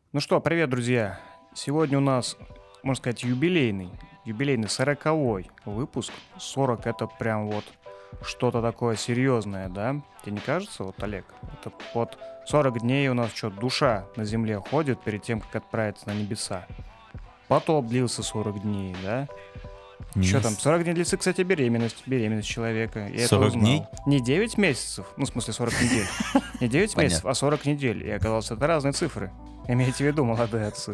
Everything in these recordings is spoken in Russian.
Ну что, привет, друзья! Сегодня у нас, можно сказать, юбилейный 40-й выпуск. 40 это прям вот что-то такое серьезное, да? Тебе не кажется, вот, Олег? Это вот 40 дней у нас что, душа на земле ходит перед тем, как отправиться на небеса. Потоп длился 40 дней, да? Еще Не там 40 дней длится, кстати, беременность человека. Я это 40 дней? узнал. Не 9 месяцев, ну, в смысле 40 недель. Не 9 месяцев, Понятно. а 40 недель. И оказалось, это разные цифры. Имейте в виду, молодые отцы.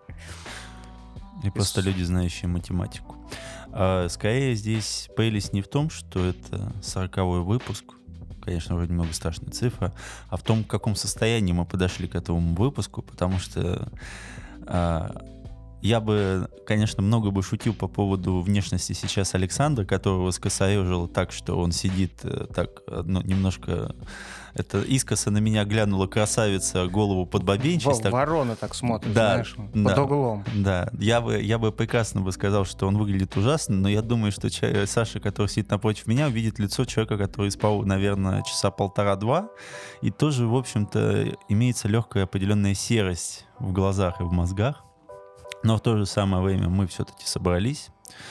И просто люди, знающие математику. Скорее здесь прелесть не в том, что это 40-й выпуск, конечно, вроде немного страшная цифра, а в том, в каком состоянии мы подошли к этому выпуску, потому что я бы, конечно, много бы шутил по поводу внешности сейчас Александра, которого скосорежило так, что он сидит так, ну, немножко... Это искоса на меня глянула красавица, голову под бабенчесть. Ворона так смотрит, Да, знаешь, под да, углом. да. Я бы прекрасно бы сказал, что он выглядит ужасно, но я думаю, что Саша, который сидит напротив меня, увидит лицо человека, который спал, наверное, часа полтора-два, и тоже, в общем-то, имеется легкая определенная серость в глазах и в мозгах. Но в то же самое время мы все-таки собрались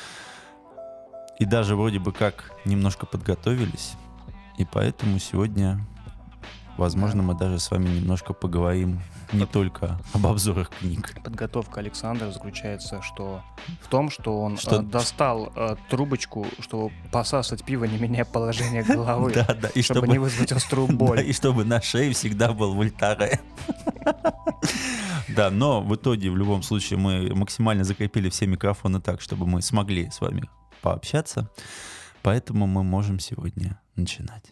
и даже вроде бы как немножко подготовились. И поэтому сегодня, возможно, мы даже с вами немножко поговорим не только об обзорах книг. Подготовка Александра заключается в том, что он Что- достал трубочку, чтобы посасывать пиво, не меняя положение головы, Да, и чтобы не вызвать острую да, боль. и чтобы на шее всегда был вольтаре. Да, но в итоге, в любом случае, мы максимально закрепили все микрофоны так, чтобы мы смогли с вами пообщаться. Поэтому мы можем сегодня начинать.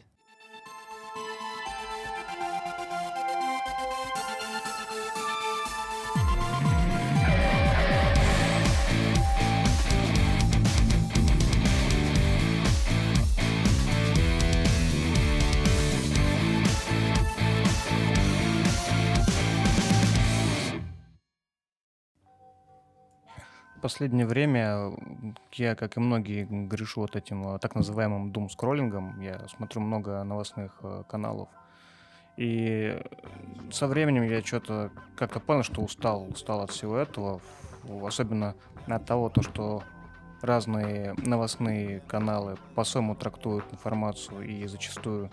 В последнее время я, как и многие, грешу вот этим так называемым думскроллингом. Я смотрю много новостных каналов. И со временем я что-то как-то понял, что устал от всего этого. Особенно от того, что разные новостные каналы по-своему трактуют информацию и зачастую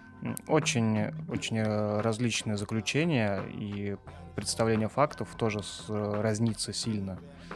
очень различные заключения и представление фактов тоже разнится сильно.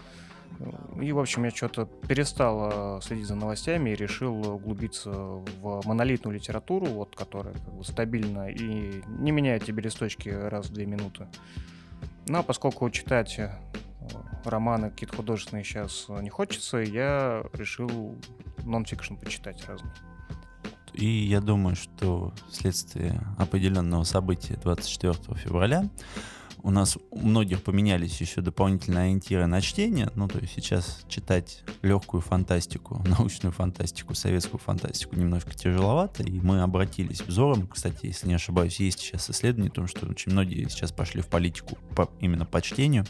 И, в общем, я что-то перестал следить за новостями и решил углубиться в монолитную литературу, вот, которая как бы стабильна и не меняет тебе листочки раз в 2 минуты. Ну, а поскольку читать романы какие-то художественные сейчас не хочется, я решил нон-фикшн почитать разный. И я думаю, что вследствие определенного события 24 февраля у нас у многих поменялись еще дополнительные ориентиры на чтение. Ну, то есть сейчас читать легкую фантастику, научную фантастику, советскую фантастику немножко тяжеловато, и мы обратились взором. Кстати, если не ошибаюсь, есть сейчас исследования о том, что очень многие сейчас пошли в политику именно по чтению.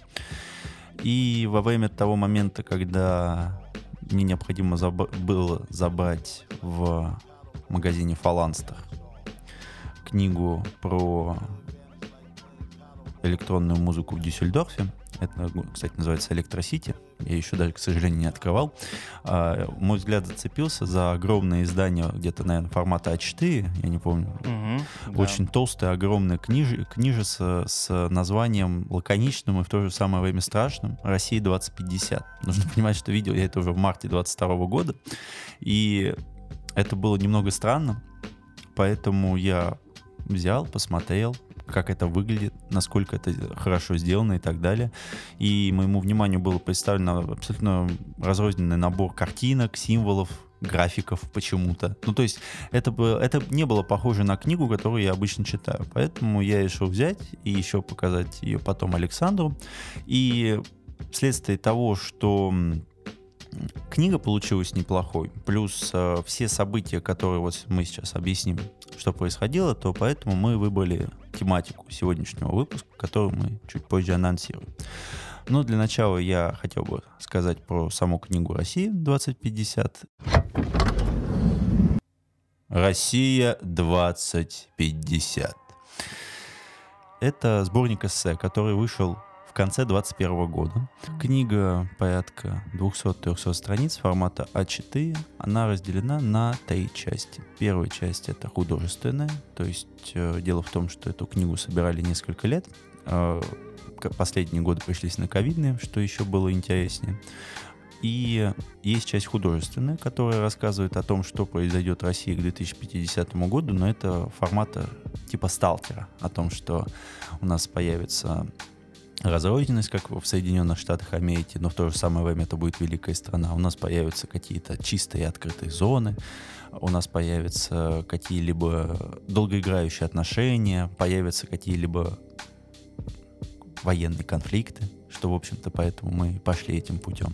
И во время того момента, когда мне необходимо было забрать в магазине «Фаланстер» книгу про электронную музыку в Дюссельдорфе. Это, кстати, называется «Электросити». Я еще даже, к сожалению, не открывал. Мой взгляд зацепился за огромное издание, где-то, наверное, формата А4, я не помню. Да. Очень толстая, огромная книжица с названием лаконичным и в то же самое время страшным «Россия 2050». Нужно понимать, что видел я это уже в марте 2022 года. И это было немного странно, поэтому я взял, посмотрел, как это выглядит, насколько это хорошо сделано и так далее. И моему вниманию был представлен абсолютно разрозненный набор картинок, символов, графиков почему-то. Ну, то есть это не было похоже на книгу, которую я обычно читаю. Поэтому я решил взять и еще показать ее потом Александру. И вследствие того, что книга получилась неплохой, плюс все события, которые вот мы сейчас объясним, что происходило, то поэтому мы выбрали тематику сегодняшнего выпуска, которую мы чуть позже анонсируем. Но для начала я хотел бы сказать про саму книгу «Россия 2050». «Россия 2050». Это сборник эссе, который вышел в конце 2021 года. Книга порядка 200-300 страниц формата А4. Она разделена на 3 части. Первая часть — это художественная, то есть дело в том, что эту книгу собирали несколько лет. Последние годы пришлись на ковидные, что еще было интереснее. И есть часть художественная, которая рассказывает о том, что произойдет в России к 2050 году, но это формата типа сталкера, о том, что у нас появится разрозненность, как в Соединенных Штатах Америки, но в то же самое время это будет великая страна. У нас появятся какие-то чистые открытые зоны, у нас появятся какие-либо долгоиграющие отношения, появятся какие-либо военные конфликты, что, в общем-то, поэтому мы пошли этим путем.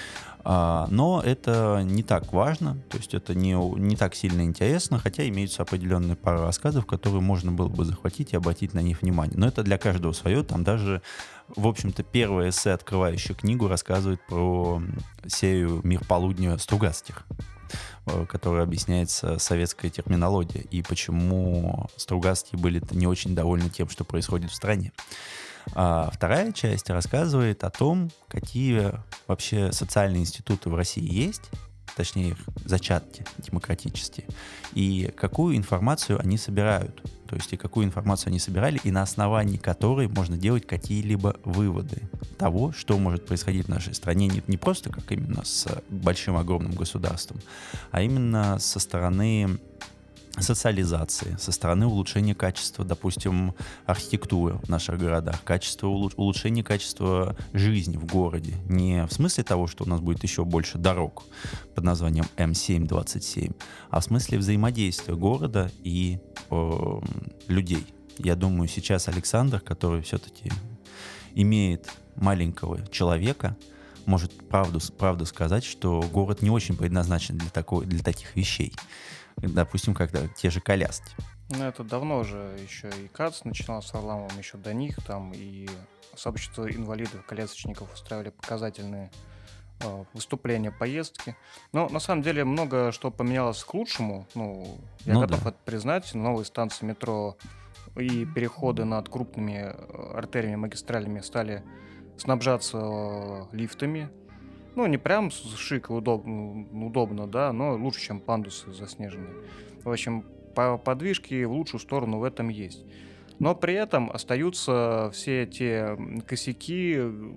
Но это не так важно, то есть это не так сильно интересно, хотя имеются определенные пары рассказов, которые можно было бы захватить и обратить на них внимание. Но это для каждого свое. Там даже, в общем-то, первое эссе, открывающее книгу, рассказывает про серию «Мир полудня» Стругацких, которая объясняется советской терминологией, и почему Стругацкие были не очень довольны тем, что происходит в стране. А вторая часть рассказывает о том, какие вообще социальные институты в России есть, точнее их зачатки демократические, и какую информацию они собирают. То есть и какую информацию они собирали, и на основании которой можно делать какие-либо выводы того, что может происходить в нашей стране не просто как именно с большим огромным государством, а именно со стороны социализации, со стороны улучшения качества, допустим, архитектуры в наших городах, улучшения качества жизни в городе. Не в смысле того, что у нас будет еще больше дорог под названием М7-27, а в смысле взаимодействия города и людей. Я думаю, сейчас Александр, который все-таки имеет маленького человека, может правду сказать, что город не очень предназначен для таких вещей. Допустим, когда те же коляски. Ну, это давно уже еще и КАЦ начинал с Варламовым, еще до них, там и сообщество инвалидов-колясочников устраивали показательные выступления, поездки. Но на самом деле много что поменялось к лучшему. Я готов это признать. Новые станции метро и переходы над крупными артериями, магистралями стали снабжаться лифтами. Не прям шик и удобно, да, но лучше, чем пандусы заснеженные. В общем, подвижки в лучшую сторону в этом есть. Но при этом остаются все те косяки.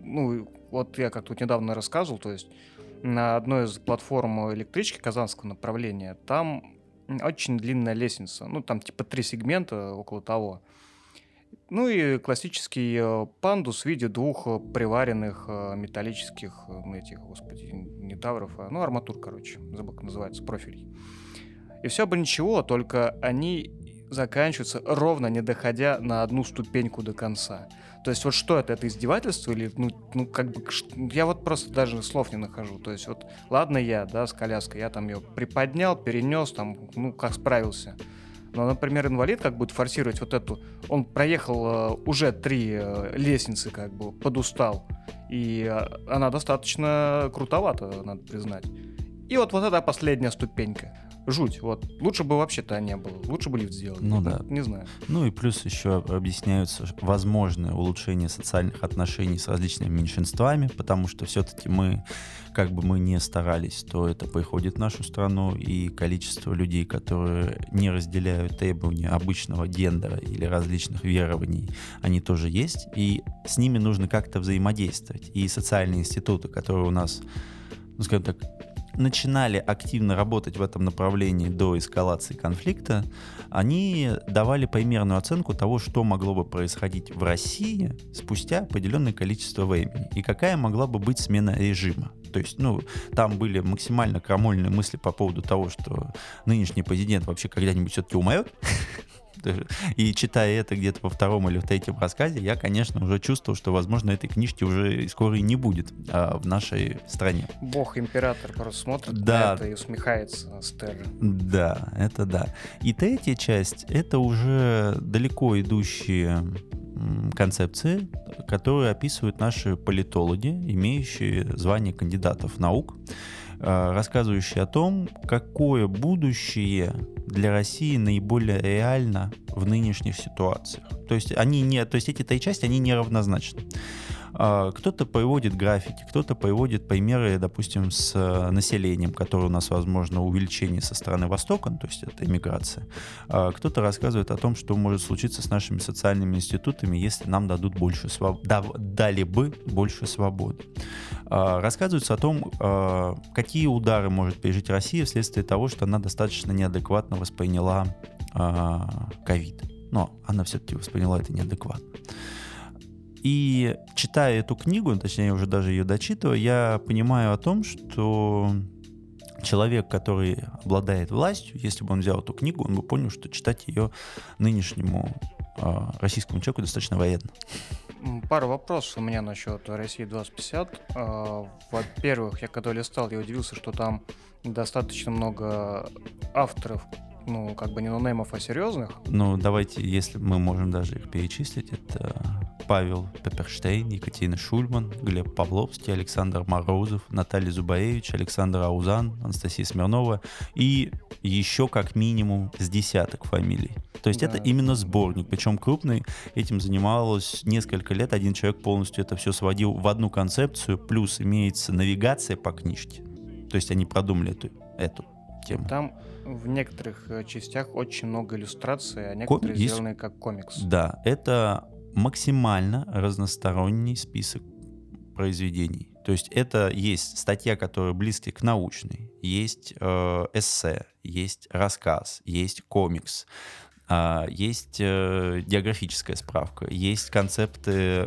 Вот я как тут недавно рассказывал, то есть на одной из платформ электрички казанского направления там очень длинная лестница. Там типа 3 сегмента, около того. И классический пандус в виде 2 приваренных металлических, не тавров, арматур, забыл, как называется, профилей. И все бы ничего, только они заканчиваются ровно не доходя на одну ступеньку до конца. То есть вот что это? Это издевательство или, я вот просто даже слов не нахожу. То есть вот, ладно я, да, с коляской, я там ее приподнял, перенес, как справился. Но, например, инвалид как будет форсировать вот эту... Он проехал уже 3 лестницы, подустал. И она достаточно крутовата, надо признать. И вот эта последняя ступенька. Жуть. Вот. Лучше бы вообще-то не было. Лучше бы лифт сделали. Да. Не знаю. И плюс еще объясняются возможное улучшение социальных отношений с различными меньшинствами, потому что все-таки мы, как бы мы ни старались, то это приходит в нашу страну, и количество людей, которые не разделяют требования обычного гендера или различных верований, они тоже есть, и с ними нужно как-то взаимодействовать. И социальные институты, которые у нас, скажем так, начинали активно работать в этом направлении до эскалации конфликта, они давали примерную оценку того, что могло бы происходить в России спустя определенное количество времени и какая могла бы быть смена режима. То есть, там были максимально крамольные мысли по поводу того, что нынешний президент вообще когда-нибудь все-таки умрет. И читая это где-то во 2-м или в 3-м рассказе, я, конечно, уже чувствовал, что, возможно, этой книжки уже скоро и не будет в нашей стране. Бог-император просто смотрит на это и усмехается Стелла. Да, это да. И 3-я часть — это уже далеко идущие концепции, которые описывают наши политологи, имеющие звание кандидатов наук, рассказывающие о том, какое будущее для России наиболее реально в нынешних ситуациях. То есть эти 3 части, они неравнозначны. Кто-то приводит графики, кто-то приводит примеры, допустим, с населением, которое у нас, возможно, увеличение со стороны Востока, то есть это иммиграция. Кто-то рассказывает о том, что может случиться с нашими социальными институтами, если нам дадут больше дали бы больше свободы. Рассказывается о том, какие удары может пережить Россия вследствие того, что она достаточно неадекватно восприняла ковид. Но она все-таки восприняла это неадекватно. И читая эту книгу, точнее, уже даже ее дочитывая, я понимаю о том, что человек, который обладает властью, если бы он взял эту книгу, он бы понял, что читать ее нынешнему российскому человеку достаточно военно. Пару вопросов у меня насчет России 2050. Во-первых, я когда листал, я удивился, что там достаточно много авторов, ну, как бы не ноунеймов, а серьезных. Ну, давайте, если мы можем даже их перечислить, это Павел Пепперштейн, Екатерина Шульман, Глеб Павловский, Александр Морозов, Наталья Зубаевич, Александр Аузан, Анастасия Смирнова и еще как минимум с десяток фамилий. То есть это именно сборник, причем крупный. Этим занималось несколько лет. Один человек полностью это все сводил в одну концепцию, плюс имеется навигация по книжке. То есть они продумали эту тему. Там в некоторых частях очень много иллюстраций, а некоторые сделаны как комикс. Да, это максимально разносторонний список произведений. То есть это есть статья, которая близка к научной, есть эссе, есть рассказ, есть комикс, есть географическая справка, есть концепт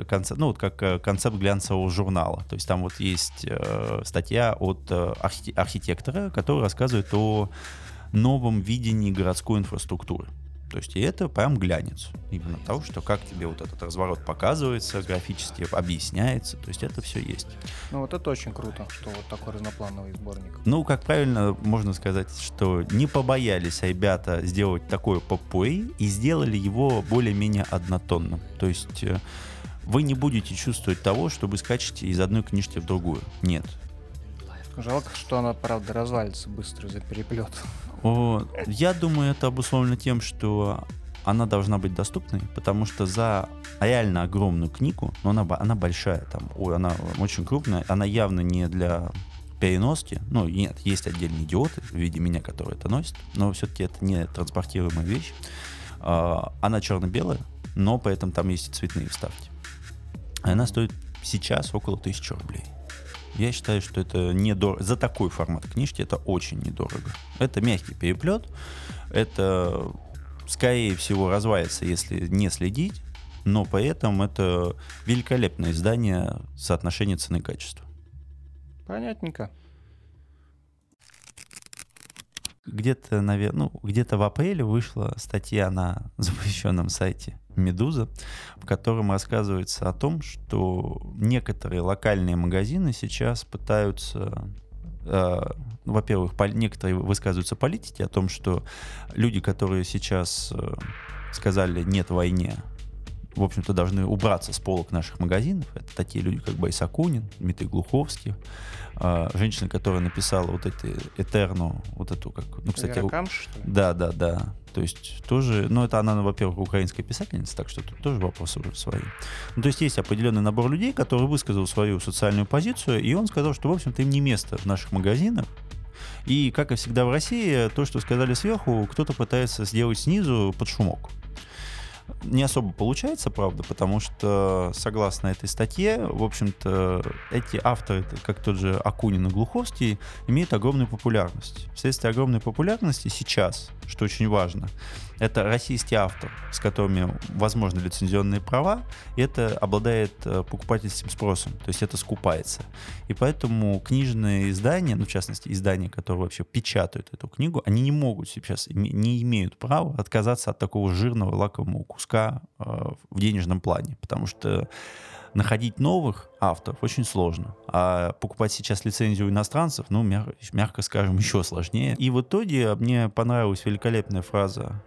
глянцевого журнала. То есть там вот есть статья от архитектора, который рассказывает о новом видении городской инфраструктуры. То есть и это прям глянец. Именно того, что как тебе вот этот разворот показывается, графически объясняется. То есть это все есть. Ну вот это очень круто, что вот такой разноплановый сборник. Ну, как правильно можно сказать, что не побоялись ребята сделать такое попой и сделали его более-менее однотонным. То есть вы не будете чувствовать того, что вы скачете из одной книжки в другую. Нет. Жалко, что она, правда, развалится быстро за переплет. Я думаю, это обусловлено тем, что она должна быть доступной, потому что за реально огромную книгу, но она большая, она очень крупная, она явно не для переноски. Ну, нет, есть отдельные идиоты в виде меня, которые это носят, но все-таки это не транспортируемая вещь. Она черно-белая, но при этом там есть и цветные вставки. Она стоит сейчас около 1000 рублей. Я считаю, что это недорого. За такой формат книжки это очень недорого. Это мягкий переплет. Это, скорее всего, развалится, если не следить. Но при этом это великолепное издание соотношения цены и качества. Понятненько. Где-то, наверное, где-то в апреле вышла статья на запрещенном сайте «Медуза», в котором рассказывается о том, что некоторые локальные магазины сейчас пытаются, во-первых, некоторые высказываются политики о том, что люди, которые сейчас сказали «нет войне», в общем-то, должны убраться с полок наших магазинов. Это такие люди, как Борис Акунин, Дмитрий Глуховский, женщина, которая написала вот эту Этерну, вот эту, как, ну, кстати... Камш, что ли? Да. То есть тоже, ну, это она, во-первых, украинская писательница, так что тут тоже вопросы уже свои. Ну, то есть есть определенный набор людей, который высказал свою социальную позицию, и он сказал, что, в общем-то, им не место в наших магазинах. И, как и всегда в России, то, что сказали сверху, кто-то пытается сделать снизу под шумок. Не особо получается, правда, потому что, согласно этой статье, в общем-то, эти авторы, как тот же Акунин и Глуховский, имеют огромную популярность. Вследствие огромной популярности сейчас, что очень важно, это российский автор, с которыми возможны лицензионные права, и это обладает покупательским спросом, то есть это скупается. И поэтому книжные издания, ну, в частности, издания, которые вообще печатают эту книгу, они не могут сейчас, не имеют права отказаться от такого жирного лакомого куска в денежном плане, потому что находить новых авторов очень сложно. А покупать сейчас лицензию иностранцев, ну, мягко скажем, еще сложнее. И в итоге мне понравилась великолепная фраза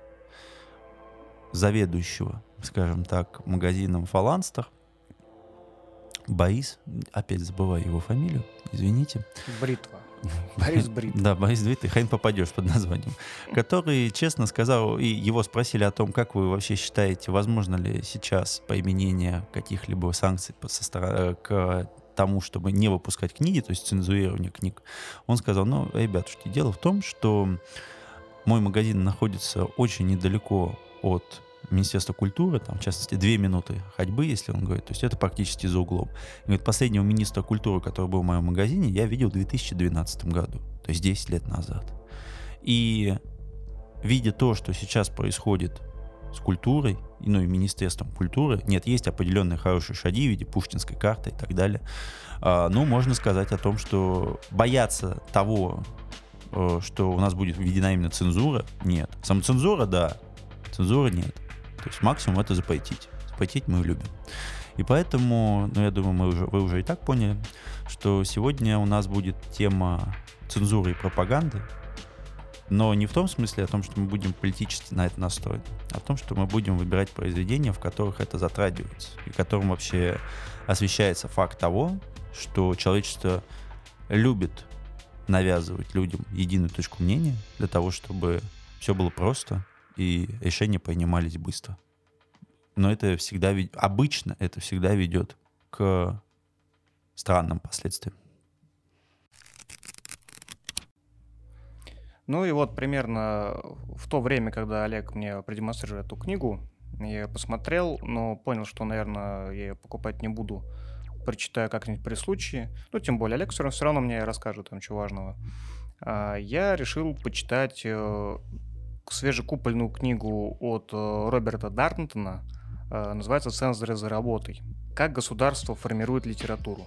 заведующего, скажем так, магазином «Фаланстер». Борис, опять забываю его фамилию, извините. Бритва. Борис Бритва. Да, Борис Бритва, хрен попадешь под названием. Который честно сказал, и его спросили о том, как вы вообще считаете, возможно ли сейчас применение каких-либо санкций к тому, чтобы не выпускать книги, то есть цензурирование книг. Он сказал, ну, ребятушки, дело в том, что мой магазин находится очень недалеко от Министерства культуры, там, в частности, 2 минуты ходьбы, если он говорит, то есть это практически за углом. И говорит, последнего министра культуры, который был в моем магазине, я видел в 2012 году, то есть 10 лет назад. И видя то, что сейчас происходит с культурой, ну и Министерством культуры, нет, есть определенные хорошие шаги в виде пушкинской карты и так далее, ну, можно сказать о том, что бояться того, что у нас будет введена именно цензура, нет. Самоцензура, да, цензуры нет. То есть максимум это запретить. Запретить мы любим. И поэтому, ну, я думаю, вы уже и так поняли, что сегодня у нас будет тема цензуры и пропаганды, но не в том смысле о том, что мы будем политически на это настроены, а в том, что мы будем выбирать произведения, в которых это затрагивается, и в котором вообще освещается факт того, что человечество любит навязывать людям единую точку мнения для того, чтобы все было просто и решения принимались быстро. Но это всегда, обычно это всегда ведет к странным последствиям. Ну и вот примерно в то время, когда Олег мне продемонстрировал эту книгу, я посмотрел, но понял, что, наверное, я ее покупать не буду. Прочитаю как-нибудь при случае. Ну, тем более, Олег все равно мне расскажет там чего важного. Я решил почитать свежекупленную книгу от Роберта Дартонтона. Называется «Цензоры за работой. Как государство формирует литературу».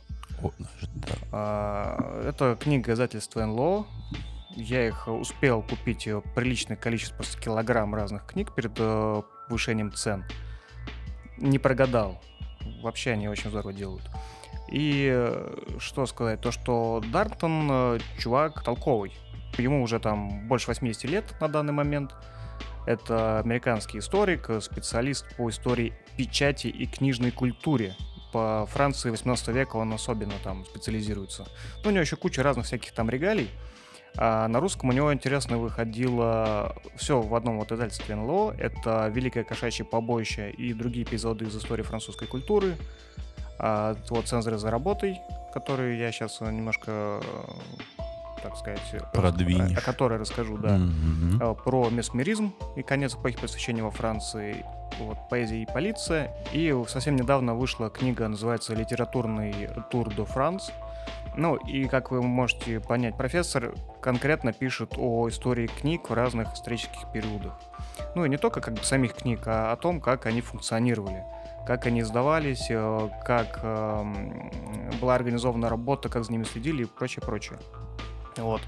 Это книга издательства НЛО. Я их успел купить приличное количество, просто килограмм разных книг перед повышением цен. Не прогадал. Вообще они очень здорово делают. И что сказать, то что Дартон чувак толковый. Ему уже там больше 80 лет на данный момент. Это американский историк, специалист по истории печати и книжной культуре. По Франции 18 века он особенно там специализируется. Но у него еще куча разных всяких там регалий. А на русском у него интересно выходило все в одном вот издательстве НЛО. Это «Великое кошачье побоище» и другие эпизоды из истории французской культуры. Вот «Цензоры за работой», который я сейчас немножко, так сказать, продвинешь, о которой расскажу, да. Про месмеризм и конец эпохи Просвещения во Франции, вот, поэзия и полиция. И совсем недавно вышла книга, называется «Литературный тур де Франс». Ну, и, как вы можете понять, профессор конкретно пишет о истории книг в разных исторических периодах. Ну, и не только как бы самих книг, а о том, как они функционировали, как они издавались, как была организована работа, как за ними следили и прочее. Вот.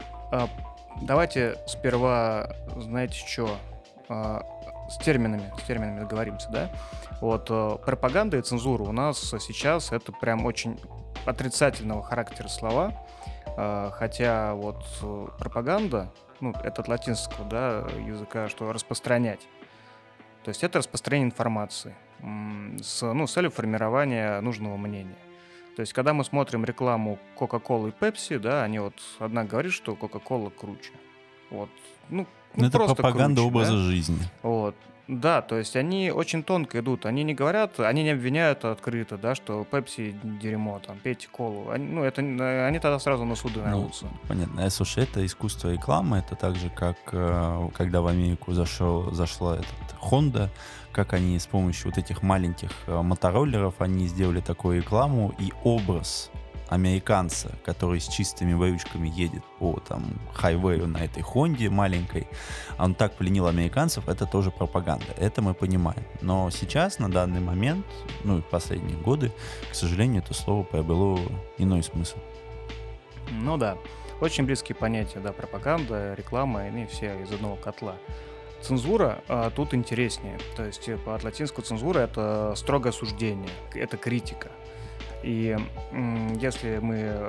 Давайте сперва, знаете что, с терминами договоримся, да? Вот, пропаганда и цензура у нас сейчас это прям очень отрицательного характера слова, хотя вот пропаганда, ну, это от латинского, да, языка, что распространять. То есть это распространение информации с целью формирования нужного мнения. То есть когда мы смотрим рекламу Coca-Cola и Pepsi, да, они вот, одна говорит, что Coca-Cola круче. Вот, это просто пропаганда круче, образа да? жизни. Вот. Да, то есть они очень тонко идут, они не говорят, они не обвиняют открыто, да, что Пепси дерьмо, там, пейте колу. Они тогда сразу на суды нарвутся. Понятно. Слушай, это искусство рекламы, это так же, как когда в Америку зашла Honda, как они с помощью вот этих маленьких мотороллеров, они сделали такую рекламу, и образ американца, который с чистыми брючками едет по там хайвею на этой Хонде маленькой, он так пленил американцев, это тоже пропаганда. Это мы понимаем. Но сейчас, на данный момент, ну и в последние годы, к сожалению, это слово приобрело иной смысл. Ну да, очень близкие понятия, да, пропаганда, реклама, они все из одного котла. Цензура тут интереснее. То есть от латинского цензура это строгое суждение, это критика. И если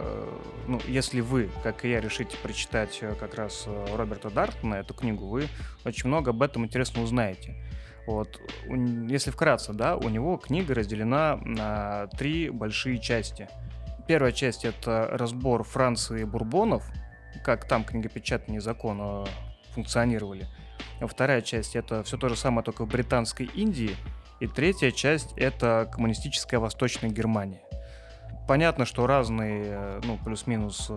вы, как и я, решите прочитать как раз Роберта Дартона, эту книгу, вы очень много об этом интересно узнаете. Вот, если вкратце, да, у него книга разделена на 3 большие части. Первая часть — это разбор Франции бурбонов, как там книгопечатание и закон функционировали. Вторая часть — это все то же самое, только в британской Индии. И третья часть — это коммунистическая Восточная Германия. Понятно, что разные, ну, плюс-минус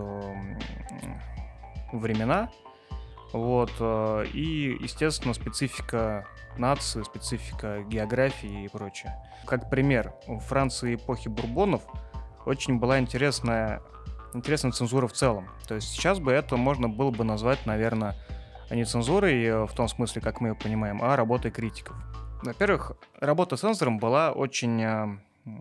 времена. Вот, и, естественно, специфика нации, специфика географии и прочее. Как пример, в Франции эпохи бурбонов очень была интересная цензура в целом. То есть сейчас бы это можно было бы назвать, наверное, не цензурой в том смысле, как мы ее понимаем, а работой критиков. Во-первых, работа цензором была очень,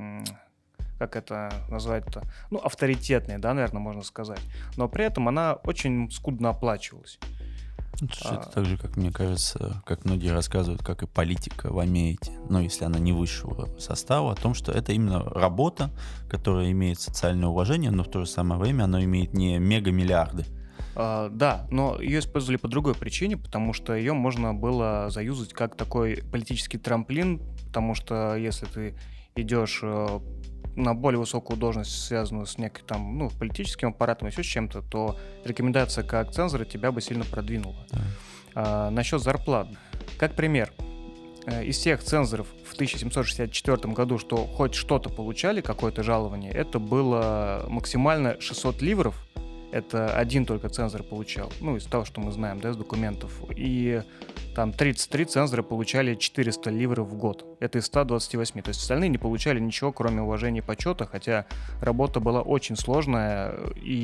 как это назвать-то, ну, авторитетной, да, наверное, можно сказать. Но при этом она очень скудно оплачивалась. Это так же, как мне кажется, как многие рассказывают, как и политика в Америке, но если она не высшего состава, о том, что это именно работа, которая имеет социальное уважение, но в то же самое время она имеет не мегамиллиарды. Да, но ее использовали по другой причине, потому что ее можно было заюзать как такой политический трамплин, потому что если ты идешь на более высокую должность, связанную с неким там, ну, политическим аппаратом, еще с чем-то, то рекомендация как цензора тебя бы сильно продвинула. Насчет зарплат. Как пример, из всех цензоров в 1764 году, что хоть что-то получали, какое-то жалование, это было максимально 600 ливров. Это один только цензор получал, ну, из того, что мы знаем, да, из документов. И там 33 цензора получали 400 ливров в год. Это из 128. То есть остальные не получали ничего, кроме уважения и почета, хотя работа была очень сложная,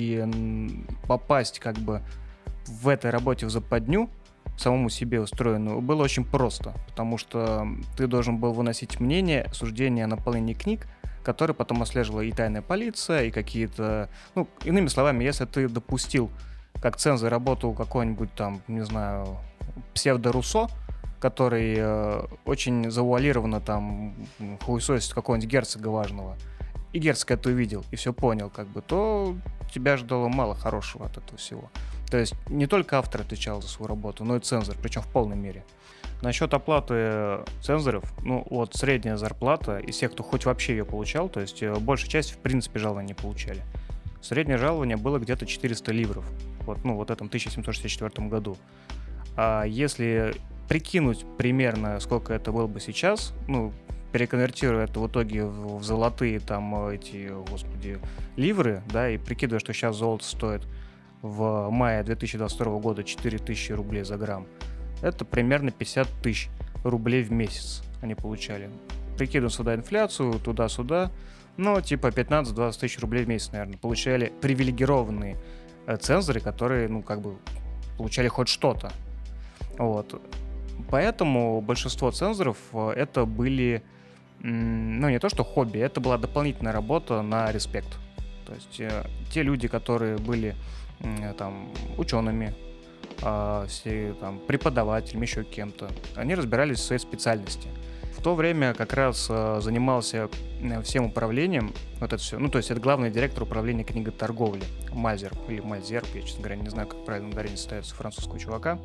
и попасть как бы в этой работе в западню, самому себе устроенную, было очень просто, потому что ты должен был выносить мнение, суждение о наполнении книг, который потом отслеживала и тайная полиция, и какие-то... Ну, иными словами, если ты допустил, как цензор, работу какой-нибудь там, не знаю, псевдо-Руссо, который очень завуалированно там хуесосит какого-нибудь герцога важного, и герцог это увидел, и все понял, как бы, то тебя ждало мало хорошего от этого всего. То есть не только автор отвечал за свою работу, но и цензор, причем в полной мере. Насчет оплаты цензоров, ну вот средняя зарплата из тех, кто хоть вообще ее получал, то есть большая часть в принципе жалования не получали. Среднее жалование было где-то 400 ливров, вот, ну вот в этом 1764 году. А если прикинуть примерно, сколько это было бы сейчас, ну, переконвертируя это в итоге в золотые там эти, господи, ливры, да, и прикидывая, что сейчас золото стоит в мае 2022 года 4000 рублей за грамм, это примерно 50 тысяч рублей в месяц они получали. Прикидываем сюда инфляцию, туда-сюда, ну, типа 15-20 тысяч рублей в месяц, наверное, получали привилегированные цензоры, которые, ну, как бы, получали хоть что-то. Вот. Поэтому большинство цензоров это были, ну, не то что хобби, это была дополнительная работа на респект. То есть те люди, которые были там учеными, все там преподавателями, еще кем-то, они разбирались в своей специальности. В то время как раз занимался всем управлением, вот это все, ну, то есть это главный директор управления книготорговли, Мальзер, или Мальзерб, я, честно говоря, не знаю, как правильно ударение ставится французского чувака.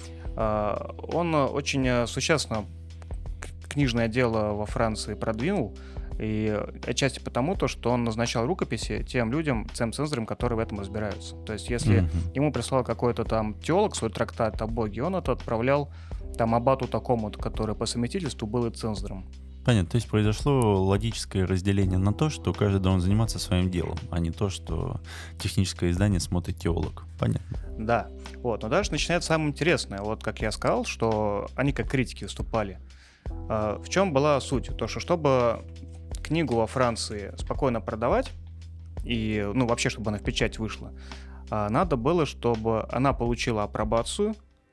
Он очень существенно книжное дело во Франции продвинул, и отчасти потому, что он назначал рукописи тем людям, тем цензорам, которые в этом разбираются. То есть если ему прислал какой-то там теолог свой трактат о Боге, он это отправлял там аббату такому-то, который по совместительству был и цензором. Понятно, то есть произошло логическое разделение на то, что каждый должен заниматься своим делом, а не то, что техническое издание смотрит теолог. Понятно. Да, вот, но дальше начинается самое интересное. Вот как я сказал, что они как критики выступали. В чем была суть? То, что чтобы книгу во Франции спокойно продавать, и, ну, вообще, чтобы она в печать вышла, надо было, чтобы она получила апробацию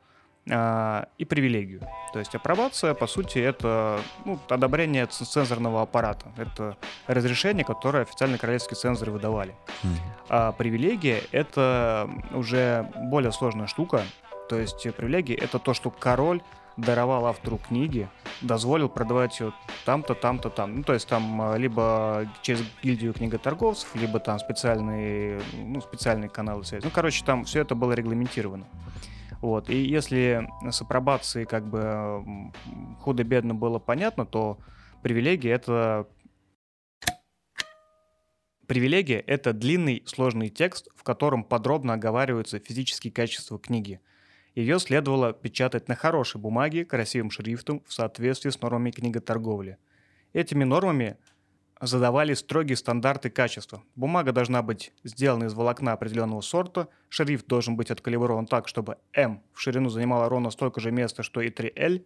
и привилегию. То есть апробация, по сути, это, ну, одобрение цензорного аппарата. Это разрешение, которое официально королевские цензоры выдавали. А привилегия — это уже более сложная штука. То есть привилегия — это то, что король даровал автору книги, дозволил продавать ее там-то, там-то, там. Ну, то есть там либо через гильдию книготорговцев, либо там специальные каналы связи. Ну, короче, там все это было регламентировано. Вот. И если с апробацией как бы худо-бедно было понятно, то привилегия это длинный сложный текст, в котором подробно оговариваются физические качества книги. Ее следовало печатать на хорошей бумаге, красивым шрифтом в соответствии с нормами книготорговли. Этими нормами задавали строгие стандарты качества. Бумага должна быть сделана из волокна определенного сорта, шрифт должен быть откалиброван так, чтобы М в ширину занимала ровно столько же места, что и 3L.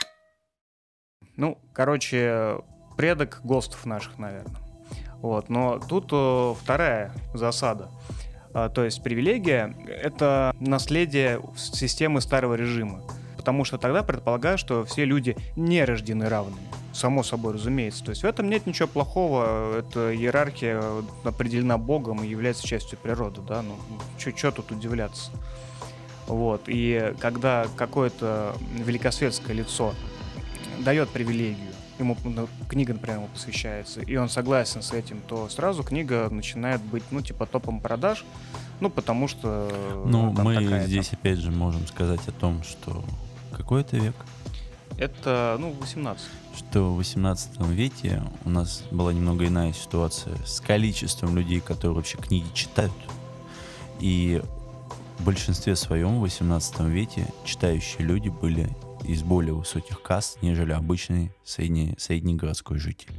Ну, короче, предок ГОСТов наших, наверное. Вот. Но тут вторая засада. То есть привилегия — это наследие системы старого режима. Потому что тогда предполагают, что все люди не рождены равными. Само собой, разумеется. То есть в этом нет ничего плохого. Эта иерархия определена Богом и является частью природы. Да? Ну, что тут удивляться? Вот. И когда какое-то великосветское лицо дает привилегию, ему книга, например, ему посвящается, и он согласен с этим, то сразу книга начинает быть, ну, типа, топом продаж, ну, потому что... Ну, мы здесь, опять же, можем сказать о том, что... Какой это век? Это, 18. Что в 18 веке у нас была немного иная ситуация с количеством людей, которые вообще книги читают. И в большинстве своем в 18 веке читающие люди были из более высоких каст, нежели обычный средний городской житель.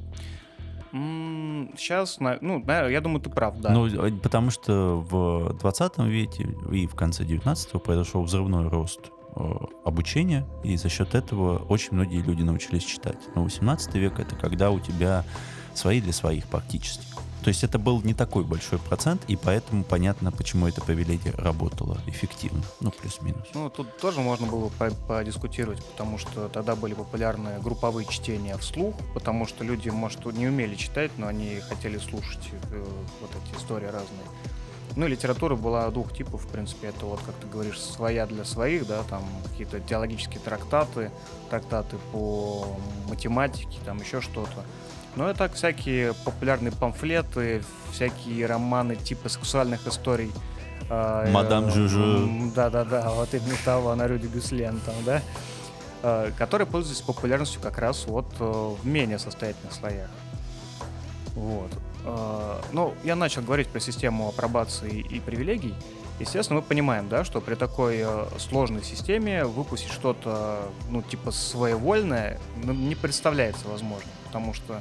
Сейчас, я думаю, ты прав, да. Ну, потому что в 20 веке и в конце 19-го произошел взрывной рост обучения, и за счет этого очень многие люди научились читать. Но 18 век — это когда у тебя свои для своих практически. То есть это был не такой большой процент, и поэтому понятно, почему эта привилегия работала эффективно. Ну, плюс-минус. Ну, тут тоже можно было подискутировать, потому что тогда были популярны групповые чтения вслух, потому что люди, может, не умели читать, но они хотели слушать вот эти истории разные. Ну, литература была двух типов, в принципе, это вот, как ты говоришь, своя для своих, да, там какие-то теологические трактаты по математике, там еще что-то. Ну, и так всякие популярные памфлеты, всякие романы типа сексуальных историй. Мадам Жужу. Да-да-да, вот именно того, на Рюди Гюслен там, да, которые пользуются популярностью как раз вот в менее состоятельных слоях. Вот. Ну, я начал говорить про систему апробации и привилегий. Естественно, мы понимаем, да, что при такой сложной системе выпустить что-то, типа своевольное, не представляется возможным, потому что,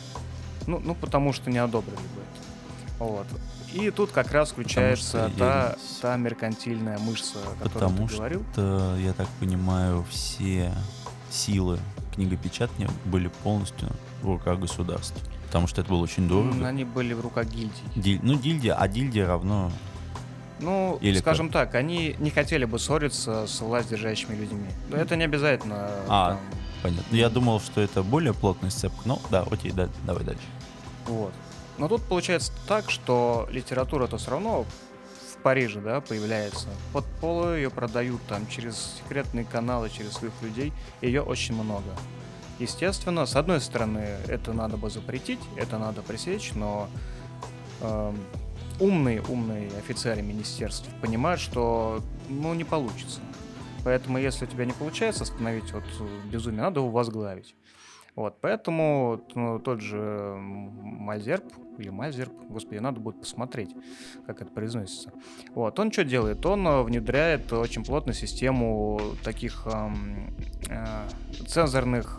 потому что не одобрили бы это. Вот. И тут как раз включается та меркантильная мышца, о которой ты говорил. Потому что, я так понимаю, все силы книгопечатания были полностью в руках государства. Потому что это было очень дорого. Они были в руках гильдий. Гильдия равно... Или скажем так, они не хотели бы ссориться с властьдержащими людьми. Но это не обязательно. Понятно. Я думал, что это более плотная сцепка. Ну, да, окей, давай дальше. Вот. Но тут получается так, что литература-то все равно в Париже, да, появляется. Под полу ее продают там через секретные каналы, через своих людей. Ее очень много. Естественно, с одной стороны, это надо бы запретить, это надо пресечь, но умные офицеры министерств понимают, что не получится. Поэтому, если у тебя не получается остановить безумие, надо его возглавить. Вот, поэтому тот же Мальзерб, господи, надо будет посмотреть, как это произносится. Вот, он что делает? Он внедряет очень плотно систему таких цензорных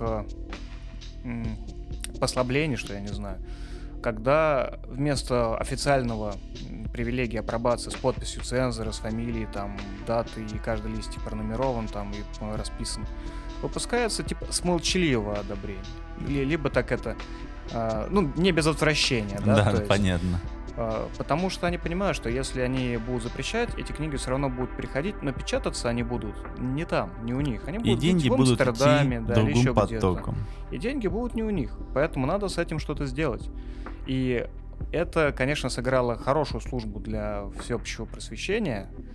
послаблений, что я не знаю, когда вместо официального привилегии апробации с подписью цензора, с фамилией, там, даты, и каждый листик пронумерован там и расписан, выпускается типа с молчаливого одобрения. Либо так это, не без отвращения. Да, понятно. Потому что они понимают, что если они будут запрещать, эти книги все равно будут приходить, но печататься они будут не там, не у них. Они будут и деньги в Амстердаме, будут идти другим или еще потоком. где-то. И деньги будут не у них. Поэтому надо с этим что-то сделать. И это, конечно, сыграло хорошую службу для всеобщего просвещения.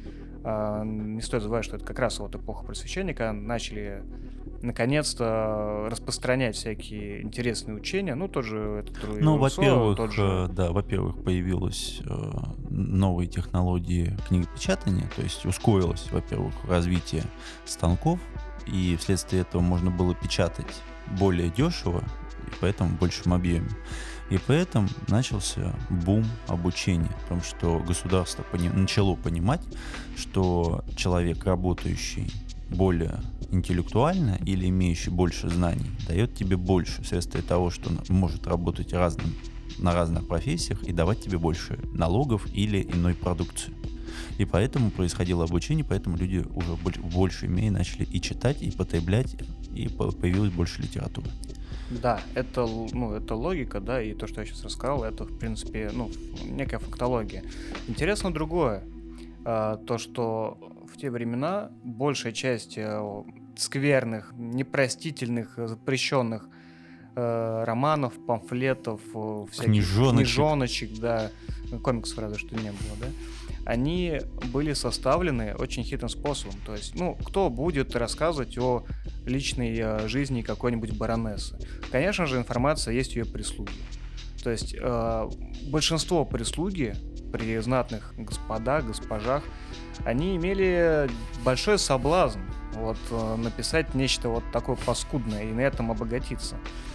Не стоит забывать, что это как раз вот эпоха просвещения, когда начали наконец-то распространять всякие интересные учения. Ну, тот же этот Руи Ну, Руссо, во-первых, тот же... да, во-первых, появились новые технологии книгопечатания, то есть ускорилось, во-первых, развитие станков, и вследствие этого можно было печатать более дешево, и поэтому в большем объеме. И поэтому начался бум обучения, потому что государство начало понимать, что человек, работающий более интеллектуально или имеющий больше знаний, дает тебе больше вследствие того, что он может работать на разных профессиях и давать тебе больше налогов или иной продукции. И поэтому происходило обучение, поэтому люди уже в большей мере начали и читать, и потреблять, и появилось больше литературы. Да, это логика, да, и то, что я сейчас рассказал, это, в принципе, некая фактология. Интересно другое, то, что в те времена большая часть скверных, непростительных, запрещенных романов, памфлетов, всяких книжоночек, да, комиксов разве что не было, да, они были составлены очень хитрым способом. То есть, кто будет рассказывать о личной жизни какой-нибудь баронессы? Конечно же, информация есть у ее прислуги. То есть, большинство прислуги при знатных госпожах, они имели большой соблазн написать нечто вот такое паскудное и на этом обогатиться.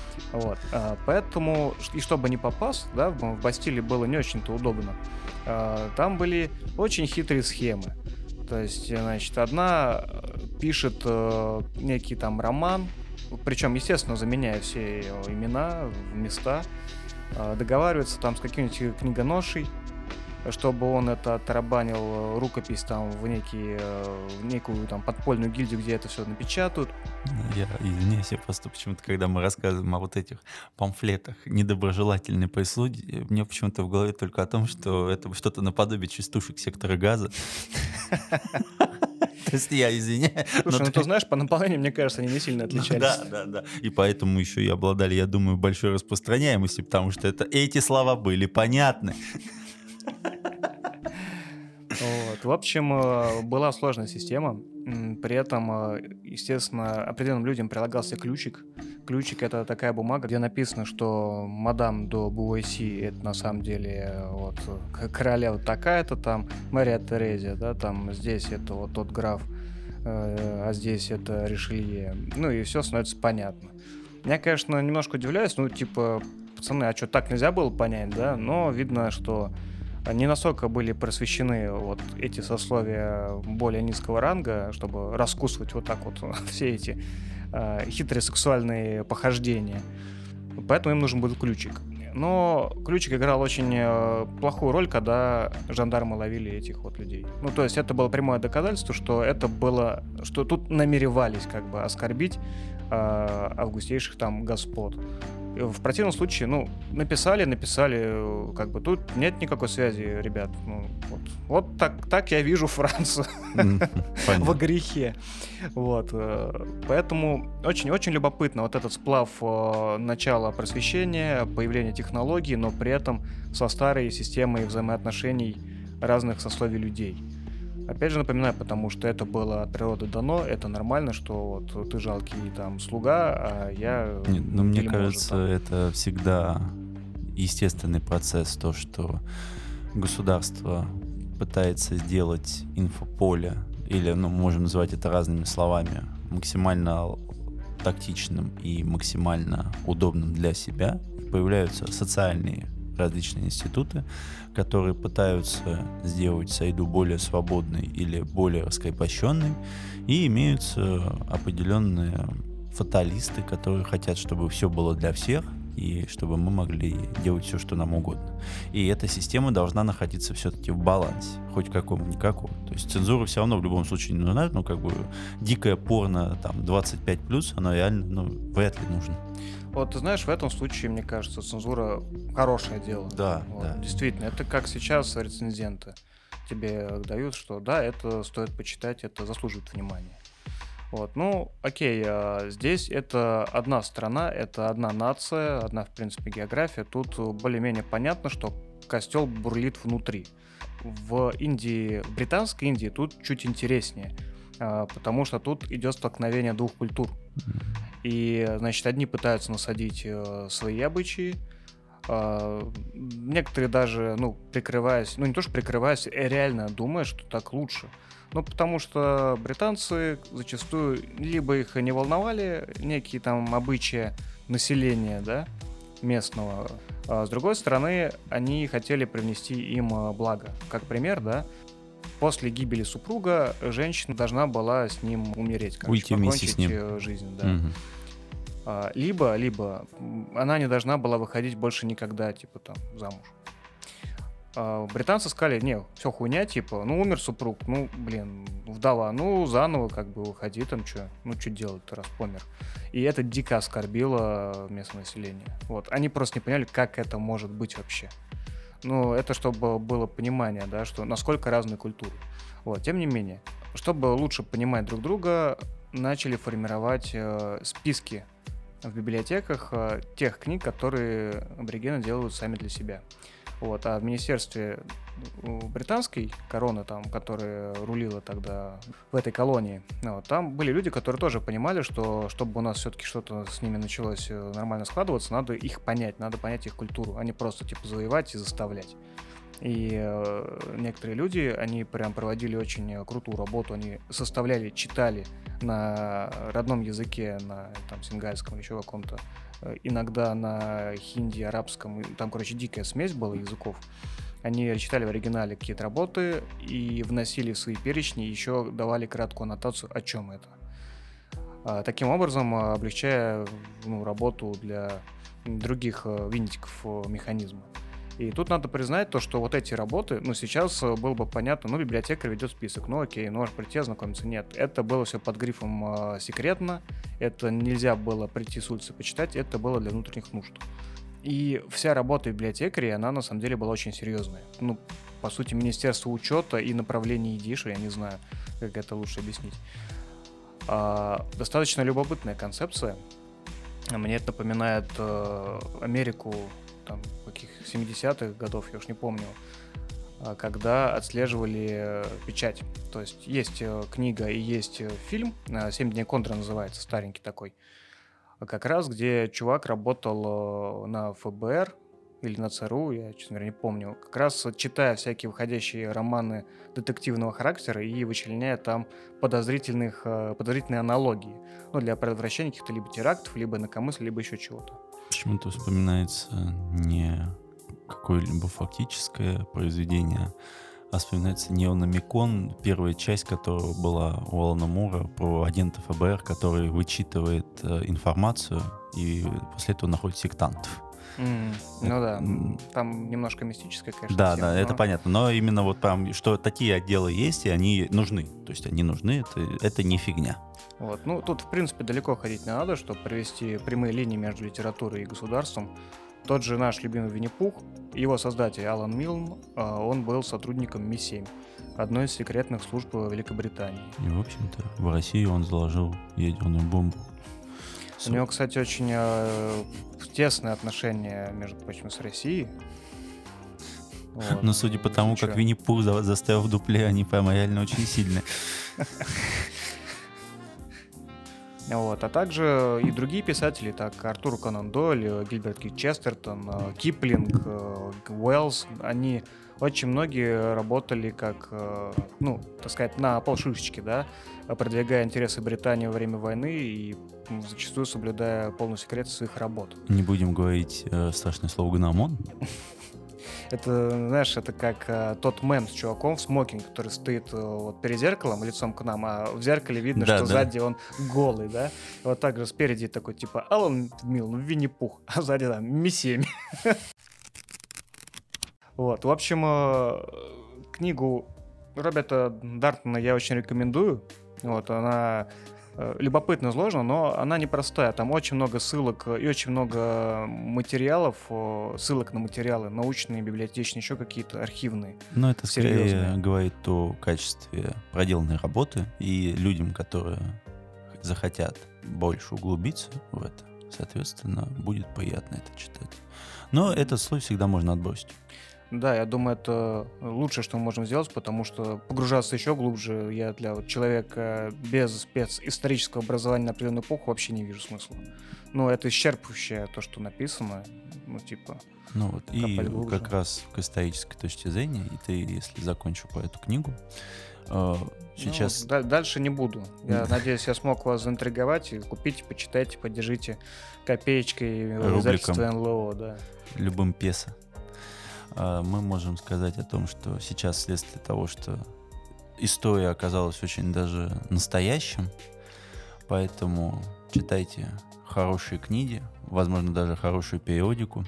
Поэтому, и чтобы не попасть, да, в Бастилии было не очень-то удобно. Там были очень хитрые схемы. То есть, значит, одна пишет некий там роман, причем, естественно, заменяя все ее имена в места, договаривается там с каким-нибудь книгоношей, чтобы он это оттарабанил рукопись там в некую там подпольную гильдию, где это все напечатают. Я извиняюсь, я просто почему-то, когда мы рассказываем о вот этих памфлетах недоброжелательной прислуги, мне почему-то в голове только о том, что это что-то наподобие частушек сектора газа. То есть я извиняюсь. Слушай, ты знаешь, по наполнению, мне кажется, они не сильно отличались. Да. И поэтому еще и обладали, я думаю, большой распространяемостью, потому что эти слова были понятны. В общем, была сложная система. При этом, естественно, определенным людям прилагался ключик. Ключик — это такая бумага, где написано, что мадам до Буайси — это на самом деле королева такая-то, там Мария Терезия, да, там здесь это вот тот граф, а здесь это Ришелье. И все становится понятно. Я, конечно, немножко удивляюсь, пацаны, а что, так нельзя было понять, да? Но видно, что не настолько были просвещены эти сословия более низкого ранга, чтобы раскусывать вот так вот все эти хитрые сексуальные похождения. Поэтому им нужен был ключик. Но ключик играл очень плохую роль, когда жандармы ловили этих людей. То есть это было прямое доказательство, что тут намеревались оскорбить августейших там господ. В противном случае, написали, тут нет никакой связи, ребят. Вот так я вижу Францию во грехе. Поэтому очень-очень любопытно этот сплав начала просвещения, появления технологий, но при этом со старой системой взаимоотношений разных сословий людей. Опять же напоминаю, потому что это было от природы дано, это нормально, что ты жалкий там слуга, а я... Мне кажется, это всегда естественный процесс, то, что государство пытается сделать инфополе, или, можем называть это разными словами, максимально тактичным и максимально удобным для себя. Появляются социальные различные институты, которые пытаются сделать среду более свободной или более раскрепощенной, и имеются определенные фаталисты, которые хотят, чтобы все было для всех, и чтобы мы могли делать все, что нам угодно. И эта система должна находиться все-таки в балансе, хоть каком-никаком. То есть цензура все равно в любом случае не нужна, дикое порно, там, 25+, оно реально, вряд ли нужно. Ты знаешь, в этом случае, мне кажется, цензура хорошее дело. Да. Действительно, это как сейчас рецензенты тебе дают, что да, это стоит почитать, это заслуживает внимания. Окей, здесь это одна страна, это одна нация, одна, в принципе, география. Тут более-менее понятно, что костел бурлит внутри. В Индии, в британской Индии тут чуть интереснее, потому что тут идет столкновение двух культур. И, значит, одни пытаются насадить свои обычаи, некоторые даже, прикрываясь, не то что прикрываясь, реально думают, что так лучше. Потому что британцы зачастую либо их не волновали некие там обычаи населения, да, местного, а с другой стороны, они хотели привнести им благо. Как пример, да, после гибели супруга женщина должна была с ним умереть, уйти вместе с ним. Жизнь, да. Либо она не должна была выходить больше никогда, типа, там, замуж. Британцы сказали, не, все хуйня, типа, умер супруг, вдова, заново как бы выходи, там, что делать-то, раз помер. И это дико оскорбило местное население. Вот, они просто не поняли, как это может быть вообще. Это чтобы было понимание, да, что насколько разные культуры. Вот, тем не менее, чтобы лучше понимать друг друга, начали формировать списки в библиотеках тех книг, которые аборигены делают сами для себя. Вот, а в министерстве британской короны, там, которая рулила тогда в этой колонии, там были люди, которые тоже понимали, что чтобы у нас все-таки что-то с ними началось нормально складываться, надо их понять, надо понять их культуру, а не просто типа завоевать и заставлять. И некоторые люди, они прям проводили очень крутую работу, они составляли, читали на родном языке, на там сингальском, еще каком-то, иногда на хинди, арабском, там, дикая смесь была языков. Они читали в оригинале какие-то работы и вносили в свои перечни, еще давали краткую аннотацию, о чем это. Таким образом, облегчая работу для других винтиков механизма. И тут надо признать то, что вот эти работы, сейчас было бы понятно, библиотекарь ведет список, окей, можешь прийти ознакомиться. Нет, это было все под грифом секретно, это нельзя было прийти с улицы почитать, это было для внутренних нужд. И вся работа библиотекаря, она на самом деле была очень серьезная. По сути, Министерство учета и направление ИДИШа, я не знаю, как это лучше объяснить. Достаточно любопытная концепция. Мне это напоминает Америку, там, каких 70-х годов, я уж не помню, когда отслеживали печать. То есть книга и есть фильм, «7 дней Кондора» называется, старенький такой, как раз где чувак работал на ФБР или на ЦРУ, я, честно говоря, не помню, как раз читая всякие выходящие романы детективного характера и вычленяя там подозрительные аналогии, для предотвращения каких-то либо терактов, либо инакомыслия, либо еще чего-то. Почему-то вспоминается не какое-либо фактическое произведение, а вспоминается «Неономикон», первая часть которого была у Алана Мура про агента ФБР, который вычитывает информацию и после этого находит сектантов. Там немножко мистическое, конечно. Да, тема, это понятно, но именно вот там, что такие отделы есть, и они нужны. То есть они нужны, это не фигня. Вот. Тут, в принципе, далеко ходить не надо, чтобы провести прямые линии между литературой и государством. Тот же наш любимый Винни-Пух, его создатель Алан Милн, он был сотрудником Ми-7, одной из секретных служб Великобритании. И, в общем-то, в России он заложил ядерную бомбу. У него, кстати, очень тесные отношения, между прочим, с Россией. Вот. Но судя по тому, как Винни-Пух застрял в дупле, они прямо реально очень сильные. Вот. А также и другие писатели, так Артур Конан Дойль, Гильберт Кит Честертон, Киплинг, Уэллс, они очень многие работали как, так сказать, на полшишечки, да, продвигая интересы Британии во время войны и зачастую соблюдая полную секретность своих работ. Не будем говорить страшное слово «гномон». Это, знаешь, это как тот мем с чуваком в смокинге, который стоит перед зеркалом, лицом к нам, а в зеркале видно, что сзади он голый, да? И вот так же спереди такой, типа, Алан Милн, Винни-Пух, а сзади там Ми-7. Вот, в общем, книгу Роберта Дартона я очень рекомендую. Вот, она любопытно изложена, но она непростая. Там очень много ссылок и очень много материалов, ссылок на материалы научные, библиотечные, еще какие-то архивные. Но это скорее говорит о качестве проделанной работы, и людям, которые захотят больше углубиться в это, соответственно, будет приятно это читать. Но этот слой всегда можно отбросить. Да, я думаю, это лучшее, что мы можем сделать, потому что погружаться еще глубже я для вот человека без специсторического образования на определенную эпоху вообще не вижу смысла. Ну, это исчерпывающее то, что написано, ну, типа, Ну вот, и копать глубже. как раз к исторической точке зрения, и ты, если закончил по эту книгу, сейчас... Ну, дальше не буду. Я надеюсь, я смог вас заинтриговать. И купите, почитайте, поддержите копеечкой издательства НЛО, да. Любым песо. Мы можем сказать о том, что сейчас вследствие того, что история оказалась очень даже настоящим, поэтому читайте хорошие книги, возможно, даже хорошую периодику.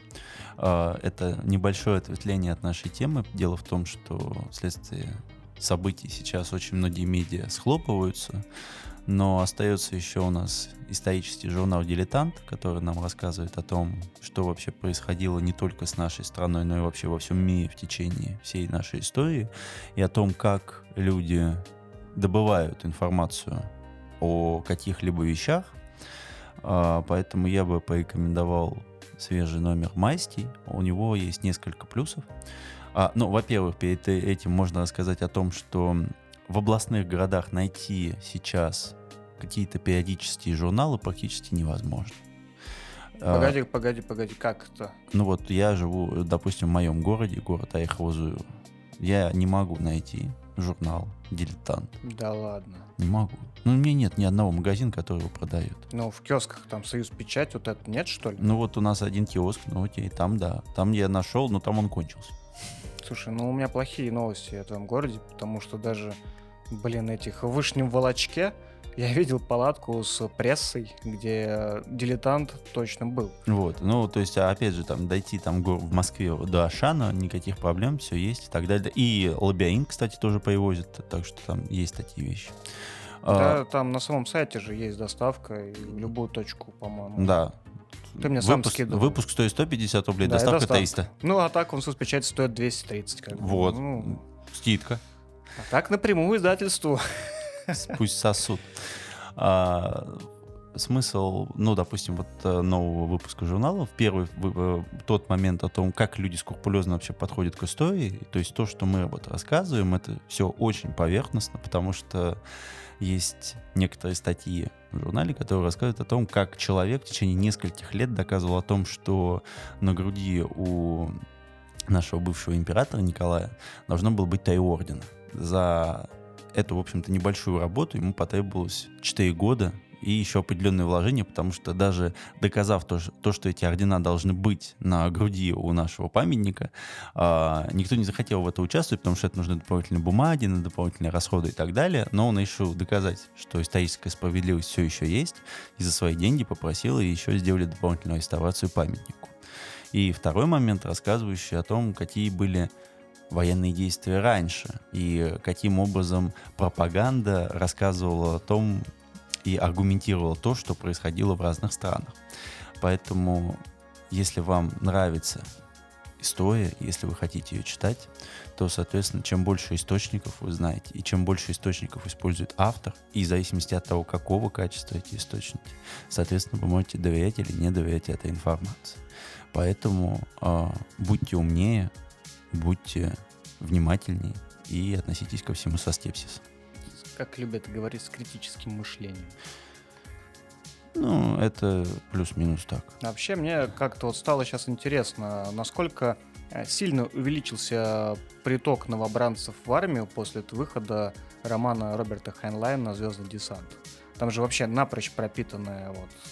Это небольшое ответвление от нашей темы. Дело в том, что вследствие событий сейчас очень многие медиа схлопываются, но остается еще у нас исторический журнал «Дилетант», который нам рассказывает о том, что вообще происходило не только с нашей страной, но и вообще во всем мире в течение всей нашей истории, и о том, как люди добывают информацию о каких-либо вещах. Поэтому я бы порекомендовал свежий номер «Майстей». У него есть несколько плюсов. Ну, во-первых, перед этим можно рассказать о том, что в областных городах найти сейчас какие-то периодические журналы практически невозможно. Погоди, как это? Ну вот я живу, допустим, в моем городе, город Орехово-Зуево. Я не могу найти журнал «Дилетант». Да ладно. Не могу. Ну, у меня нет ни одного магазина, который его продает. Ну, в киосках там «Союз Печать», вот это нет, что ли? Ну вот у нас один киоск, ну окей, там да. Там я нашел, но там он кончился. Слушай, ну у меня плохие новости в этом городе, потому что даже, этих в Вышнем Волочке я видел палатку с прессой, где «Дилетант» точно был. Вот, ну, то есть, опять же, там, дойти там в Москве до Ашана, никаких проблем, все есть и так далее. И Лабиринт, кстати, тоже привозят, так что там есть такие вещи. Да, там на самом сайте же есть доставка и в любую точку, по-моему. Да. Ты мне сам скидывал. Выпуск стоит 150 рублей, Да, доставка 300. Ну, а так он «Союз Печать» стоит 230. Как бы. Вот, Ну, скидка. а так напрямую издательству. Пусть сосут. Смысл, ну, допустим, вот нового выпуска журнала, в первый тот момент о том, как люди скрупулезно вообще подходят к истории, то есть то, что мы вот рассказываем, это все очень поверхностно, потому что есть некоторые статьи в журнале, которые рассказывают о том, как человек в течение нескольких лет доказывал о том, что на груди у нашего бывшего императора Николая должно было быть 3 ордена. За эту, в общем-то, небольшую работу ему потребовалось 4 года и еще определенные вложения, потому что даже доказав то, что эти ордена должны быть на груди у нашего памятника, никто не захотел в это участвовать, потому что это нужны дополнительные бумаги, на дополнительные расходы и так далее. Но он решил доказать, что историческая справедливость все еще есть, и за свои деньги попросил, и еще сделали дополнительную реставрацию памятнику. И второй момент, рассказывающий о том, какие были военные действия раньше, и каким образом пропаганда рассказывала о том и аргументировала то, что происходило в разных странах. Поэтому, если вам нравится история, если вы хотите ее читать, то, соответственно, чем больше источников вы знаете, и чем больше источников использует автор, и в зависимости от того, какого качества эти источники, соответственно, вы можете доверять или не доверять этой информации. Поэтому будьте умнее, будьте внимательнее и относитесь ко всему со скепсисом. Как любят говорить, с критическим мышлением. Ну, это плюс-минус так. Вообще, мне как-то вот стало сейчас интересно, насколько сильно увеличился приток новобранцев в армию после выхода романа Роберта Хайнлайна «Звездный десант». Там же вообще напрочь пропитанная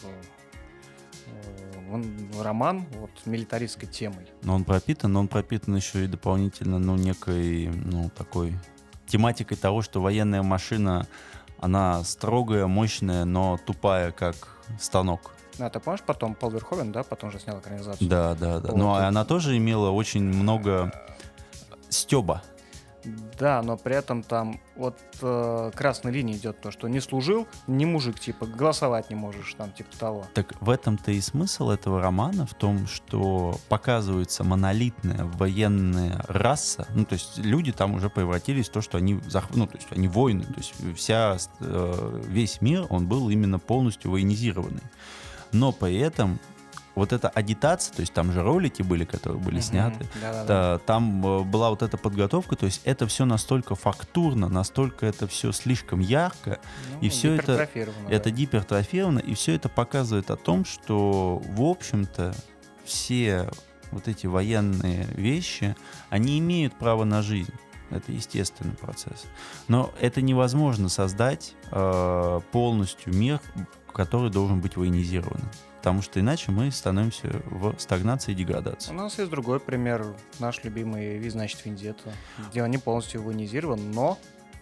роман милитаристской темой. Но он пропитан еще и дополнительно, некой, такой тематикой того, что военная машина, она строгая, мощная, но тупая, как станок. Ты помнишь, потом Пол Верховен, потом же снял экранизацию? Да. Вот. Но она тоже имела очень много стёба. Да, но при этом там красной линией идет то, что не служил, не мужик, голосовать не можешь, того. Так в этом-то и смысл этого романа, в том, что показывается монолитная военная раса, то есть люди там уже превратились в то, что они, то есть они воины, то есть весь мир, он был именно полностью военизированный. Но при этом вот эта агитация, то есть там же ролики были, которые были сняты, там была вот эта подготовка, то есть это все настолько фактурно, настолько это все слишком ярко, и все это гипертрофировано, и все это показывает о том, что, в общем-то, все вот эти военные вещи, они имеют право на жизнь. Это естественный процесс. Но это невозможно создать полностью мир, который должен быть военизированным. Потому что иначе мы становимся в стагнации и деградации. У нас есть другой пример. Наш любимый «Ви, значит, Вендетта», где он не полностью военизирован, но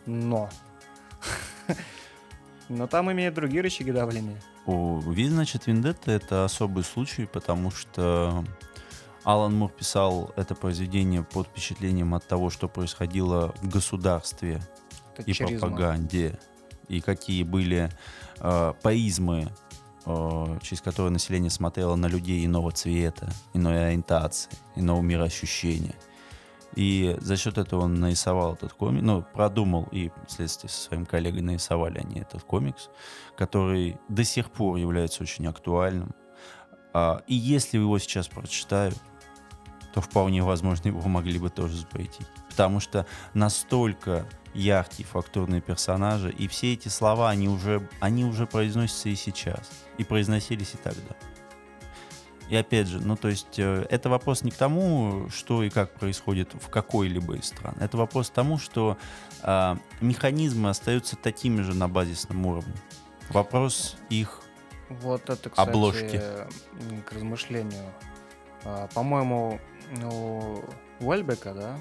там имеют другие рычаги давления. «Ви, значит, Вендетта» — это особый случай, потому что Алан Мур писал это произведение под впечатлением от того, что происходило в государстве и пропаганде, и какие были поизмы, через которые население смотрело на людей иного цвета, иной ориентации, иного мироощущения. И за счет этого он нарисовал этот комикс, продумал, и вследствие со своим коллегой нарисовали они этот комикс, который до сих пор является очень актуальным. И если его сейчас прочитают, то вполне возможно его могли бы тоже запретить. Потому что настолько яркие фактурные персонажи, и все эти слова, они уже произносятся и сейчас, и произносились и тогда. И опять же, это вопрос не к тому, что и как происходит в какой-либо из стран. Это вопрос к тому, что механизмы остаются такими же на базисном уровне. Вопрос их вот это, кстати, обложки. К размышлению. По-моему, у Уэльбека, да,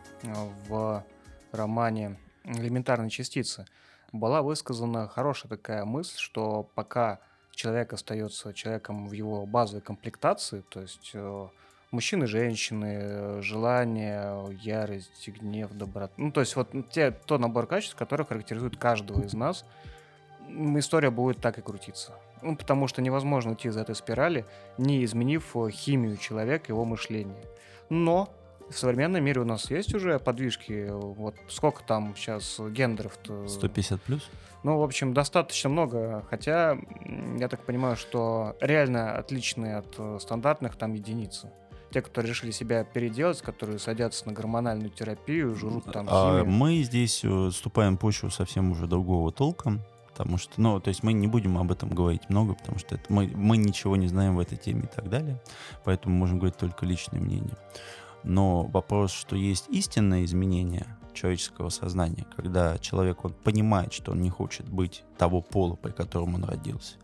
в романе «Элементарные частицы» была высказана хорошая такая мысль, что пока человек остается человеком в его базовой комплектации, то есть мужчины, женщины, желание, ярость, гнев, доброта, то есть вот тот набор качеств, который характеризует каждого из нас, история будет так и крутиться. Потому что невозможно уйти из этой спирали, не изменив химию человека, его мышление. Но в современном мире у нас есть уже подвижки. Вот сколько там сейчас гендеров-то? 150 плюс? В общем, достаточно много. Хотя, я так понимаю, что реально отличные от стандартных там единицы. Те, которые решили себя переделать, которые садятся на гормональную терапию, жрут там химию. Мы здесь ступаем в почву совсем уже другого толка. Потому что, то есть мы не будем об этом говорить много, потому что мы ничего не знаем в этой теме и так далее. Поэтому можем говорить только личное мнение. Но вопрос, что есть истинное изменение человеческого сознания, когда человек, он понимает, что он не хочет быть того пола, при котором он родился.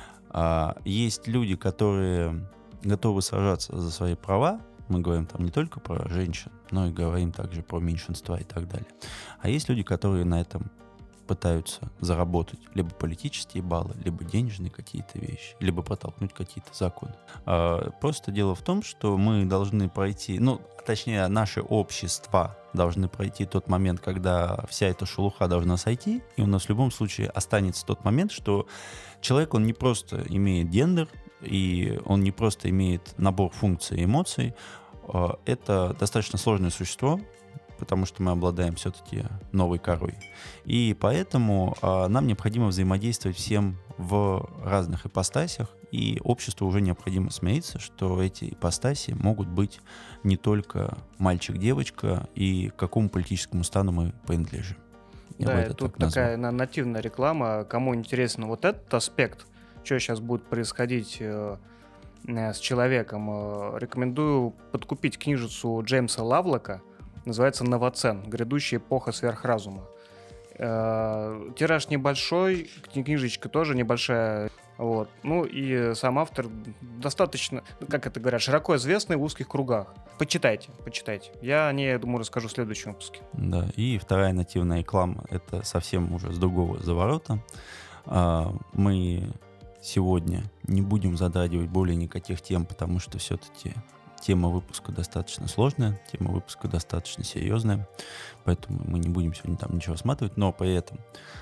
Есть люди, которые готовы сражаться за свои права. Мы говорим там не только про женщин, но и говорим также про меньшинства и так далее. А есть люди, которые на этом пытаются заработать либо политические баллы, либо денежные какие-то вещи, либо протолкнуть какие-то законы. Просто дело в том, что мы должны пройти, точнее, наши общества должны пройти тот момент, когда вся эта шелуха должна сойти, и у нас в любом случае останется тот момент, что человек, он не просто имеет гендер, и он не просто имеет набор функций и эмоций, это достаточно сложное существо, потому что мы обладаем все-таки новой корой. И поэтому нам необходимо взаимодействовать всем в разных ипостасях, и обществу уже необходимо смириться, что эти ипостаси могут быть не только мальчик-девочка, и к какому политическому стану мы принадлежим. Да, тут такая нативная реклама. Кому интересно вот этот аспект, что сейчас будет происходить с человеком, рекомендую подкупить книжицу Джеймса Лавлока. Называется «Новоцен. Грядущая эпоха сверхразума». Тираж небольшой, книжечка тоже небольшая. Вот. И сам автор достаточно, как это говорят, широко известный в узких кругах. Почитайте. Я о ней, я думаю, расскажу в следующем выпуске. Да, и вторая нативная реклама, это совсем уже с другого заворота. Мы сегодня не будем затрагивать более никаких тем, потому что все-таки тема выпуска достаточно сложная, тема выпуска достаточно серьезная, поэтому мы не будем сегодня там ничего рассматривать, но при этом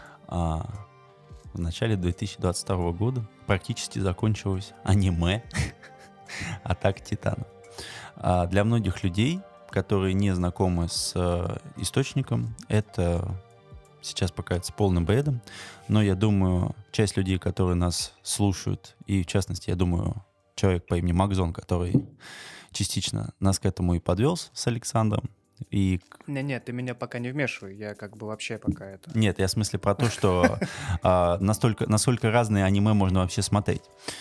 в начале 2022 года практически закончилось аниме «Атака Титанов». Для многих людей, которые не знакомы с источником, это сейчас покажется полным бредом, но я думаю, часть людей, которые нас слушают, и в частности, я думаю, человек по имени Макзон, который частично нас к этому и подвел с Александром. И... Не, ты меня пока не вмешивай, я как бы вообще пока это... Нет, я в смысле про то, что насколько разные аниме можно вообще смотреть.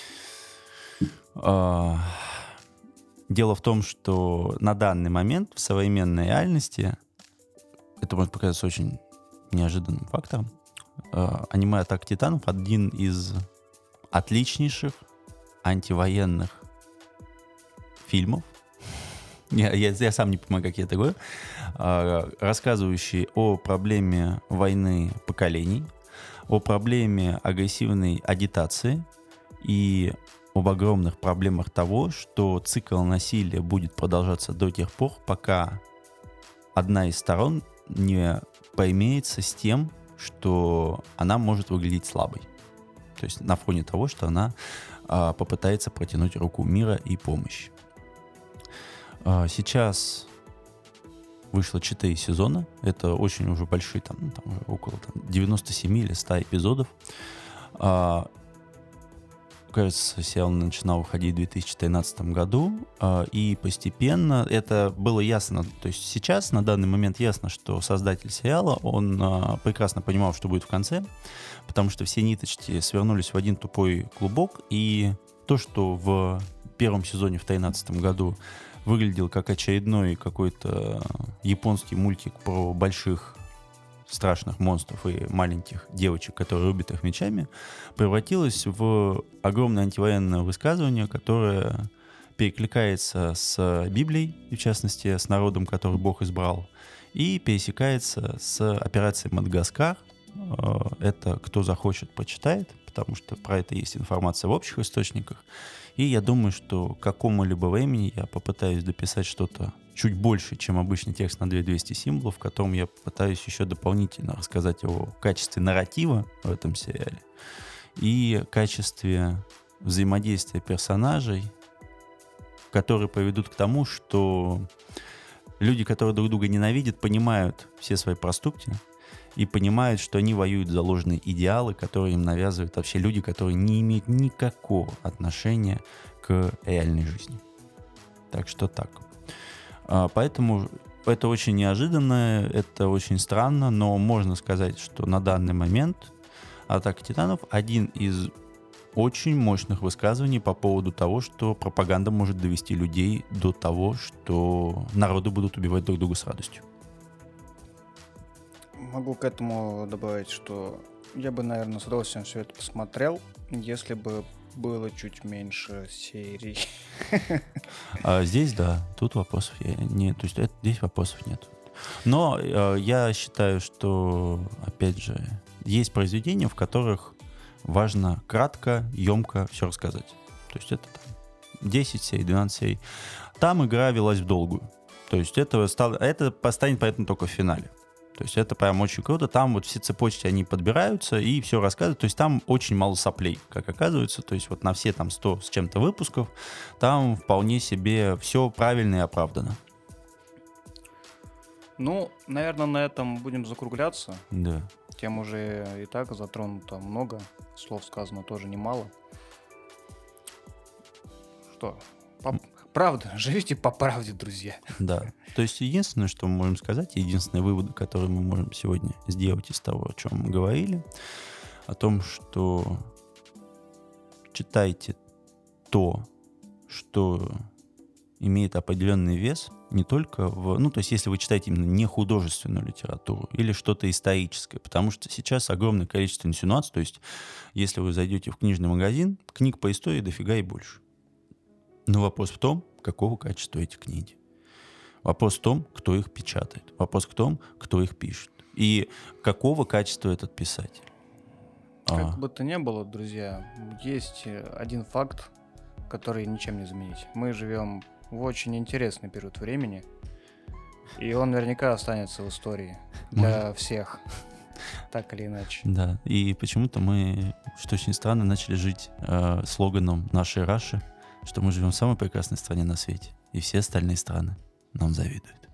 Дело в том, что на данный момент в современной реальности, это может показаться очень неожиданным фактором, аниме «Атака Титанов» — один из отличнейших антивоенных фильмов. Я сам не понимаю, как я это говорю. Рассказывающий о проблеме войны поколений, о проблеме агрессивной агитации и об огромных проблемах того, что цикл насилия будет продолжаться до тех пор, пока одна из сторон не поимеется с тем, что она может выглядеть слабой. То есть на фоне того, что она попытается протянуть руку мира и помощи. Сейчас вышло 4 сезона. Это очень уже большие, там около 97 или 100 эпизодов. Кажется, сериал начинал выходить в 2013 году, и постепенно это было ясно. То есть сейчас, на данный момент, ясно, что создатель сериала, он прекрасно понимал, что будет в конце, потому что все ниточки свернулись в один тупой клубок, и то, что в первом сезоне в 2013 году выглядел как очередной какой-то японский мультик про больших страшных монстров и маленьких девочек, которые рубят их мечами, превратилось в огромное антивоенное высказывание, которое перекликается с Библией, и в частности с народом, который Бог избрал, и пересекается с операцией «Мадагаскар». Это кто захочет, почитает, потому что про это есть информация в общих источниках. И я думаю, что к какому-либо времени я попытаюсь дописать что-то чуть больше, чем обычный текст на 2200 символов, в котором я попытаюсь еще дополнительно рассказать о качестве нарратива в этом сериале и качестве взаимодействия персонажей, которые поведут к тому, что люди, которые друг друга ненавидят, понимают все свои проступки и понимают, что они воюют за ложные идеалы, которые им навязывают вообще люди, которые не имеют никакого отношения к реальной жизни. Так что так. Поэтому это очень неожиданно, это очень странно, но можно сказать, что на данный момент «Атака Титанов» один из очень мощных высказываний по поводу того, что пропаганда может довести людей до того, что народы будут убивать друг друга с радостью. Могу к этому добавить, что я бы, наверное, с удовольствием все это посмотрел, если бы было чуть меньше серий. Здесь, да, тут вопросов нет. То есть здесь вопросов нет. Но я считаю, что, опять же, есть произведения, в которых важно кратко, емко все рассказать. То есть это там 10 серий, 12 серий. Там игра велась в долгую. То есть это станет понятно только в финале. То есть это прям очень круто. Там вот все цепочки, они подбираются и все рассказывают. То есть там очень мало соплей, как оказывается. То есть вот на все там 100 с чем-то выпусков там вполне себе все правильно и оправдано. Ну, наверное, на этом будем закругляться. Да. Тем уже и так затронуто много. Слов сказано тоже немало. Что? Правда, живите по правде, друзья. Да. То есть единственное, что мы можем сказать, единственные выводы, которые мы можем сегодня сделать из того, о чем мы говорили, о том, что читайте то, что имеет определенный вес, не только то есть если вы читаете именно не художественную литературу или что-то историческое, потому что сейчас огромное количество инсинуаций, то есть если вы зайдете в книжный магазин, книг по истории дофига и больше. Но вопрос в том, какого качества эти книги. Вопрос в том, кто их печатает. Вопрос в том, кто их пишет. И какого качества этот писатель. Как бы то ни было, друзья, есть один факт, который ничем не заменить. Мы живем в очень интересный период времени, и он наверняка останется в истории для всех, так или иначе. Да, и почему-то мы, что очень странно, начали жить слоганом нашей Раши, что мы живем в самой прекрасной стране на свете, и все остальные страны нам завидуют.